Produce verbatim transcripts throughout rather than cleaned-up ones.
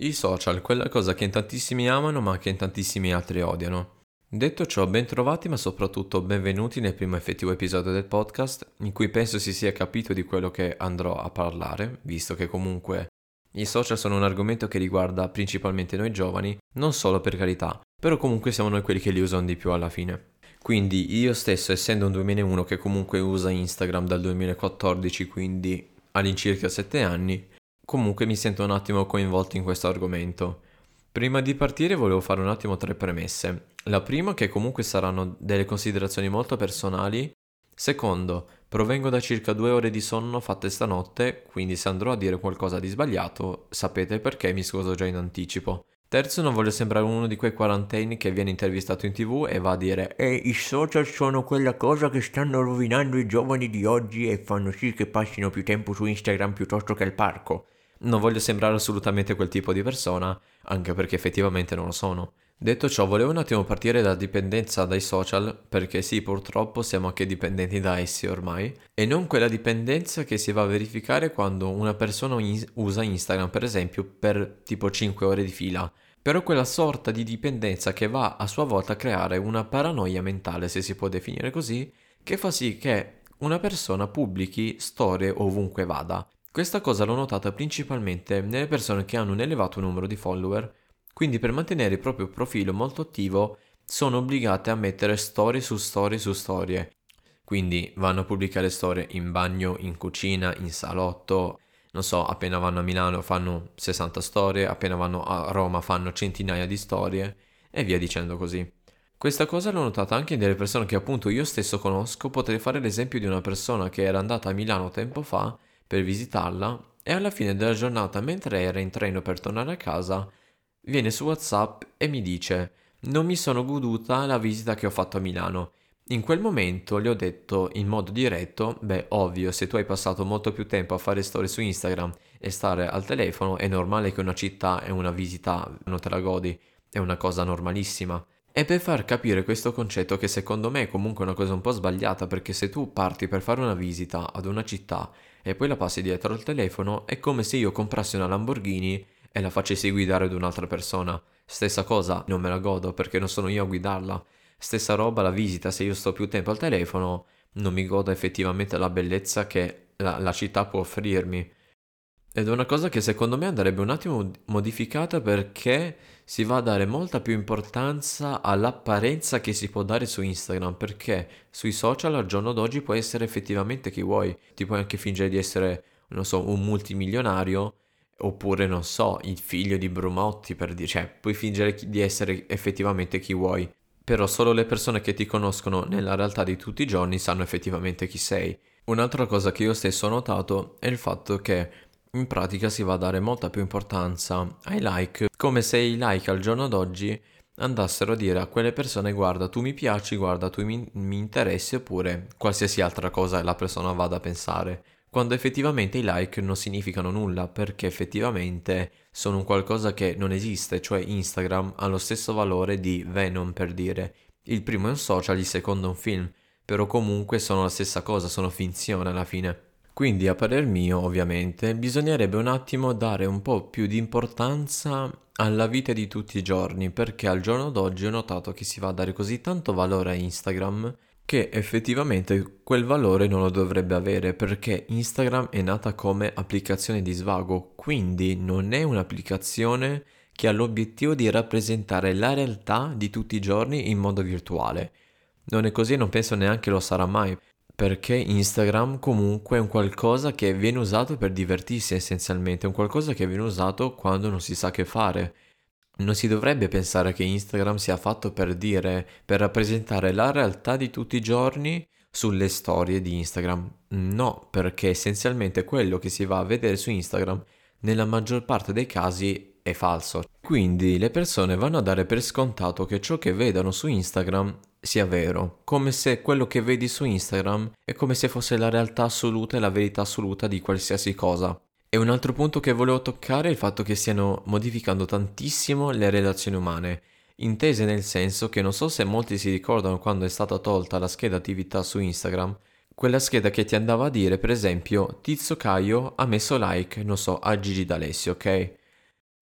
I social, quella cosa che in tantissimi amano ma che in tantissimi altri odiano. Detto ciò, ben trovati ma soprattutto benvenuti nel primo effettivo episodio del podcast, in cui penso si sia capito di quello che andrò a parlare, visto che comunque i social sono un argomento che riguarda principalmente noi giovani, non solo per carità, però comunque siamo noi quelli che li usano di più alla fine. Quindi io stesso, essendo un duemilauno che comunque usa Instagram dal duemilaquattordici, quindi all'incirca sette anni, comunque mi sento un attimo coinvolto in questo argomento. Prima di partire volevo fare un attimo tre premesse. La prima che comunque saranno delle considerazioni molto personali. Secondo, provengo da circa due ore di sonno fatte stanotte, quindi se andrò a dire qualcosa di sbagliato, sapete perché, mi scuso già in anticipo. Terzo, non voglio sembrare uno di quei quarantenni che viene intervistato in tv e va a dire «Eh, i social sono quella cosa che stanno rovinando i giovani di oggi e fanno sì che passino più tempo su Instagram piuttosto che al parco». Non voglio sembrare assolutamente quel tipo di persona, anche perché effettivamente non lo sono. Detto ciò, volevo un attimo partire dalla dipendenza dai social, perché sì, purtroppo siamo anche dipendenti da essi ormai, e non quella dipendenza che si va a verificare quando una persona in- usa Instagram, per esempio, per tipo cinque ore di fila, però quella sorta di dipendenza che va a sua volta a creare una paranoia mentale, se si può definire così, che fa sì che una persona pubblichi storie ovunque vada. Questa cosa l'ho notata principalmente nelle persone che hanno un elevato numero di follower, quindi per mantenere il proprio profilo molto attivo sono obbligate a mettere storie su storie su storie. Quindi vanno a pubblicare storie in bagno, in cucina, in salotto, non so, appena vanno a Milano fanno sessanta storie, appena vanno a Roma fanno centinaia di storie e via dicendo così. Questa cosa l'ho notata anche in delle persone che appunto io stesso conosco. Potrei fare l'esempio di una persona che era andata a Milano tempo fa per visitarla e alla fine della giornata, mentre era in treno per tornare a casa, viene su WhatsApp e mi dice non mi sono goduta la visita che ho fatto a Milano. In quel momento le ho detto in modo diretto, beh, ovvio, se tu hai passato molto più tempo a fare storie su Instagram e stare al telefono, è normale che una città e una visita non te la godi, è una cosa normalissima. E per far capire questo concetto, che secondo me è comunque una cosa un po' sbagliata, perché se tu parti per fare una visita ad una città e poi la passi dietro al telefono, è come se io comprassi una Lamborghini e la facessi guidare ad un'altra persona. Stessa cosa, non me la godo perché non sono io a guidarla. Stessa roba la visita, se io sto più tempo al telefono, non mi godo effettivamente la bellezza che la, la città può offrirmi. Ed è una cosa che secondo me andrebbe un attimo modificata, perché si va a dare molta più importanza all'apparenza che si può dare su Instagram, perché sui social al giorno d'oggi puoi essere effettivamente chi vuoi. Ti puoi anche fingere di essere, non so, un multimilionario, oppure, non so, il figlio di Brumotti, per dire, cioè, puoi fingere chi- di essere effettivamente chi vuoi. Però solo le persone che ti conoscono nella realtà di tutti i giorni sanno effettivamente chi sei. Un'altra cosa che io stesso ho notato è il fatto che in pratica si va a dare molta più importanza ai like, come se i like al giorno d'oggi andassero a dire a quelle persone guarda tu mi piaci, guarda tu mi, mi interessi, oppure qualsiasi altra cosa la persona vada a pensare, quando effettivamente i like non significano nulla, perché effettivamente sono un qualcosa che non esiste, cioè Instagram ha lo stesso valore di Venom, per dire. Il primo è un social, il secondo è un film, però comunque sono la stessa cosa, sono finzione alla fine. Quindi a parer mio, ovviamente, bisognerebbe un attimo dare un po' più di importanza alla vita di tutti i giorni, perché al giorno d'oggi ho notato che si va a dare così tanto valore a Instagram che effettivamente quel valore non lo dovrebbe avere, perché Instagram è nata come applicazione di svago, quindi non è un'applicazione che ha l'obiettivo di rappresentare la realtà di tutti i giorni in modo virtuale. Non è così e non penso neanche lo sarà mai, perché Instagram comunque è un qualcosa che viene usato per divertirsi essenzialmente, è un qualcosa che viene usato quando non si sa che fare. Non si dovrebbe pensare che Instagram sia fatto per dire, per rappresentare la realtà di tutti i giorni sulle storie di Instagram. No, perché essenzialmente quello che si va a vedere su Instagram nella maggior parte dei casi è falso. Quindi le persone vanno a dare per scontato che ciò che vedono su Instagram sia vero, come se quello che vedi su Instagram è come se fosse la realtà assoluta e la verità assoluta di qualsiasi cosa. E un altro punto che volevo toccare è il fatto che stiano modificando tantissimo le relazioni umane, intese nel senso che non so se molti si ricordano quando è stata tolta la scheda attività su Instagram, quella scheda che ti andava a dire, per esempio, Tizio Caio ha messo like, non so, a Gigi D'Alessio, ok?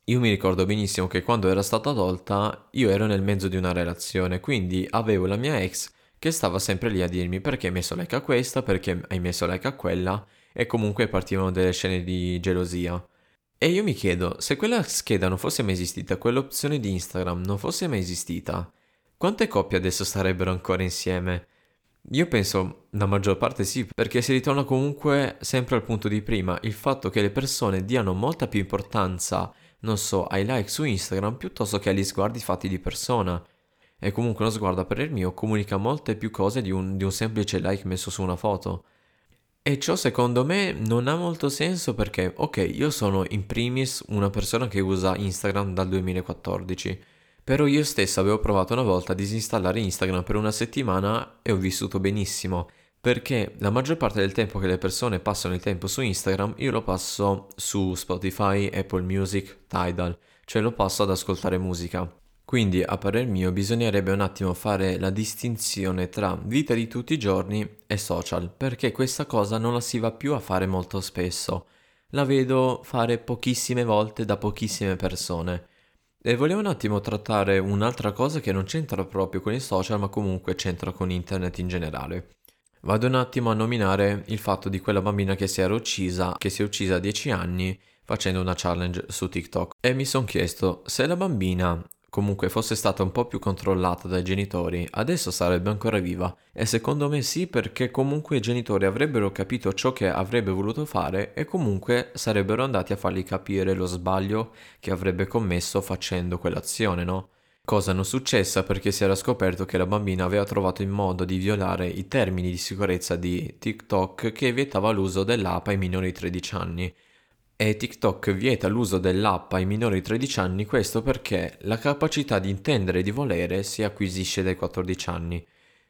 Io mi ricordo benissimo che quando era stata tolta io ero nel mezzo di una relazione, quindi avevo la mia ex che stava sempre lì a dirmi perché hai messo like a questa, perché hai messo like a quella, e comunque partivano delle scene di gelosia. E io mi chiedo, se quella scheda non fosse mai esistita, quell'opzione di Instagram non fosse mai esistita, quante coppie adesso starebbero ancora insieme? Io penso la maggior parte sì, perché si ritorna comunque sempre al punto di prima, il fatto che le persone diano molta più importanza, non so, ai like su Instagram piuttosto che agli sguardi fatti di persona. E comunque uno sguardo a parer mio comunica molte più cose di un, di un semplice like messo su una foto. E ciò secondo me non ha molto senso perché, ok, io sono in primis una persona che usa Instagram dal duemilaquattordici, però io stesso avevo provato una volta a disinstallare Instagram per una settimana e ho vissuto benissimo, perché la maggior parte del tempo che le persone passano il tempo su Instagram io lo passo su Spotify, Apple Music, Tidal, cioè lo passo ad ascoltare musica. Quindi, a parer mio, bisognerebbe un attimo fare la distinzione tra vita di tutti i giorni e social, perché questa cosa non la si va più a fare molto spesso. La vedo fare pochissime volte da pochissime persone. E volevo un attimo trattare un'altra cosa che non c'entra proprio con i social, ma comunque c'entra con internet in generale. Vado un attimo a nominare il fatto di quella bambina che si era uccisa, che si è uccisa a dieci anni facendo una challenge su TikTok. E mi sono chiesto, se la bambina comunque fosse stata un po' più controllata dai genitori, adesso sarebbe ancora viva. E secondo me sì, perché comunque i genitori avrebbero capito ciò che avrebbe voluto fare e comunque sarebbero andati a fargli capire lo sbaglio che avrebbe commesso facendo quell'azione, no? Cosa non successa perché si era scoperto che la bambina aveva trovato il modo di violare i termini di sicurezza di TikTok che vietava l'uso dell'app ai minori di tredici anni. E TikTok vieta l'uso dell'app ai minori di tredici anni, questo perché la capacità di intendere e di volere si acquisisce dai quattordici anni.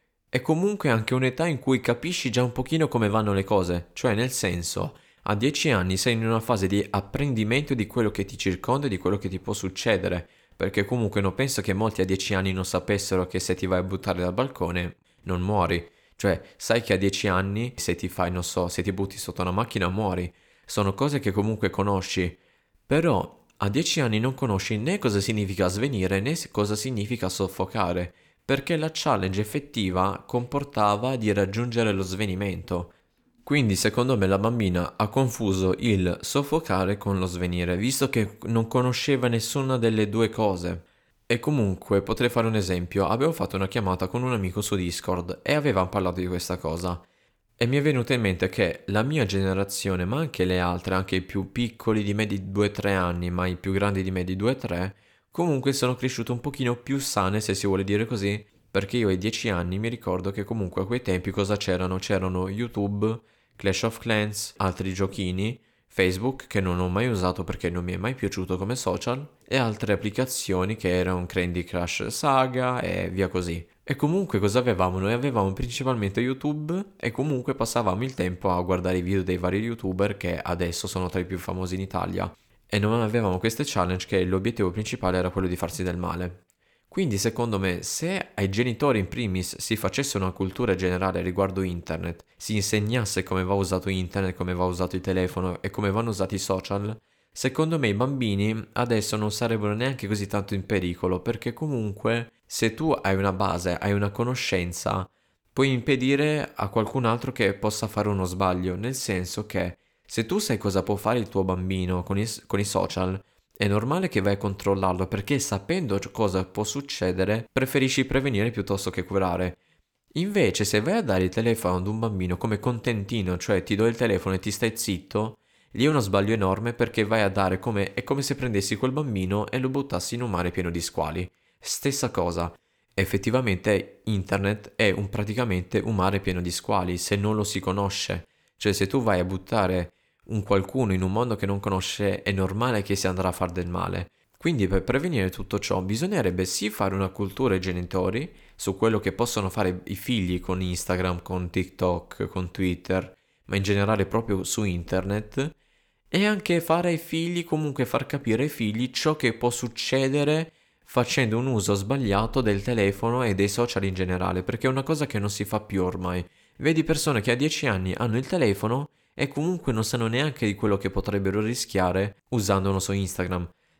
È comunque anche un'età in cui capisci già un pochino come vanno le cose, cioè nel senso, a dieci anni sei in una fase di apprendimento di quello che ti circonda e di quello che ti può succedere, perché comunque non penso che molti a dieci anni non sapessero che se ti vai a buttare dal balcone non muori. Cioè, sai che a dieci anni se ti fai, non so, se ti butti sotto una macchina muori. Sono cose che comunque conosci, però a dieci anni non conosci né cosa significa svenire né cosa significa soffocare, perché la challenge effettiva comportava di raggiungere lo svenimento. Quindi secondo me la bambina ha confuso il soffocare con lo svenire, visto che non conosceva nessuna delle due cose. E comunque potrei fare un esempio, avevo fatto una chiamata con un amico su Discord e avevamo parlato di questa cosa. E mi è venuto in mente che la mia generazione, ma anche le altre, anche i più piccoli di me di due tre anni, ma i più grandi di me di due tre, comunque sono cresciute un pochino più sane, se si vuole dire così, perché io ai dieci anni mi ricordo che comunque a quei tempi cosa c'erano? C'erano YouTube, Clash of Clans, altri giochini, Facebook che non ho mai usato perché non mi è mai piaciuto come social, e altre applicazioni che erano Candy Crush Saga e via così. E comunque cosa avevamo? Noi avevamo principalmente YouTube e comunque passavamo il tempo a guardare i video dei vari YouTuber che adesso sono tra i più famosi in Italia. E non avevamo queste challenge che l'obiettivo principale era quello di farsi del male. Quindi secondo me se ai genitori in primis si facesse una cultura generale riguardo internet, si insegnasse come va usato internet, come va usato il telefono e come vanno usati i social, secondo me i bambini adesso non sarebbero neanche così tanto in pericolo perché comunque se tu hai una base, hai una conoscenza, puoi impedire a qualcun altro che possa fare uno sbaglio, nel senso che se tu sai cosa può fare il tuo bambino con i, con i social, è normale che vai a controllarlo perché sapendo cosa può succedere, preferisci prevenire piuttosto che curare. Invece se vai a dare il telefono ad un bambino come contentino, cioè ti do il telefono e ti stai zitto, lì è uno sbaglio enorme perché vai a dare come, è come se prendessi quel bambino e lo buttassi in un mare pieno di squali. Stessa cosa, effettivamente internet è un, praticamente un mare pieno di squali se non lo si conosce. Cioè se tu vai a buttare un qualcuno in un mondo che non conosce è normale che si andrà a far del male. Quindi per prevenire tutto ciò bisognerebbe sì fare una cultura ai genitori su quello che possono fare i figli con Instagram, con TikTok, con Twitter, ma in generale proprio su internet, e anche fare ai figli, comunque far capire ai figli ciò che può succedere facendo un uso sbagliato del telefono e dei social in generale, perché è una cosa che non si fa più ormai. Vedi persone che a dieci anni hanno il telefono e comunque non sanno neanche di quello che potrebbero rischiare usandolo su Instagram.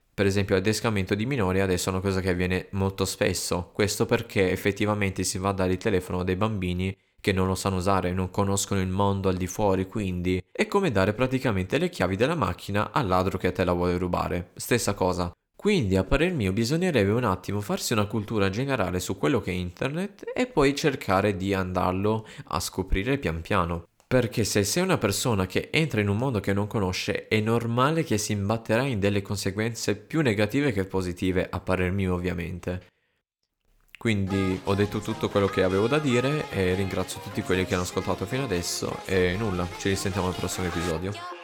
Per esempio, l'adescamento di minori adesso è una cosa che avviene molto spesso. Questo perché effettivamente si va a dare il telefono a dei bambini che non lo sanno usare, non conoscono il mondo al di fuori, quindi è come dare praticamente le chiavi della macchina al ladro che te la vuole rubare. Stessa cosa. Quindi, a parer mio, bisognerebbe un attimo farsi una cultura generale su quello che è internet e poi cercare di andarlo a scoprire pian piano. Perché se sei una persona che entra in un mondo che non conosce, è normale che si imbatterà in delle conseguenze più negative che positive, a parer mio ovviamente. Quindi ho detto tutto quello che avevo da dire e ringrazio tutti quelli che hanno ascoltato fino adesso e nulla, ci risentiamo al prossimo episodio.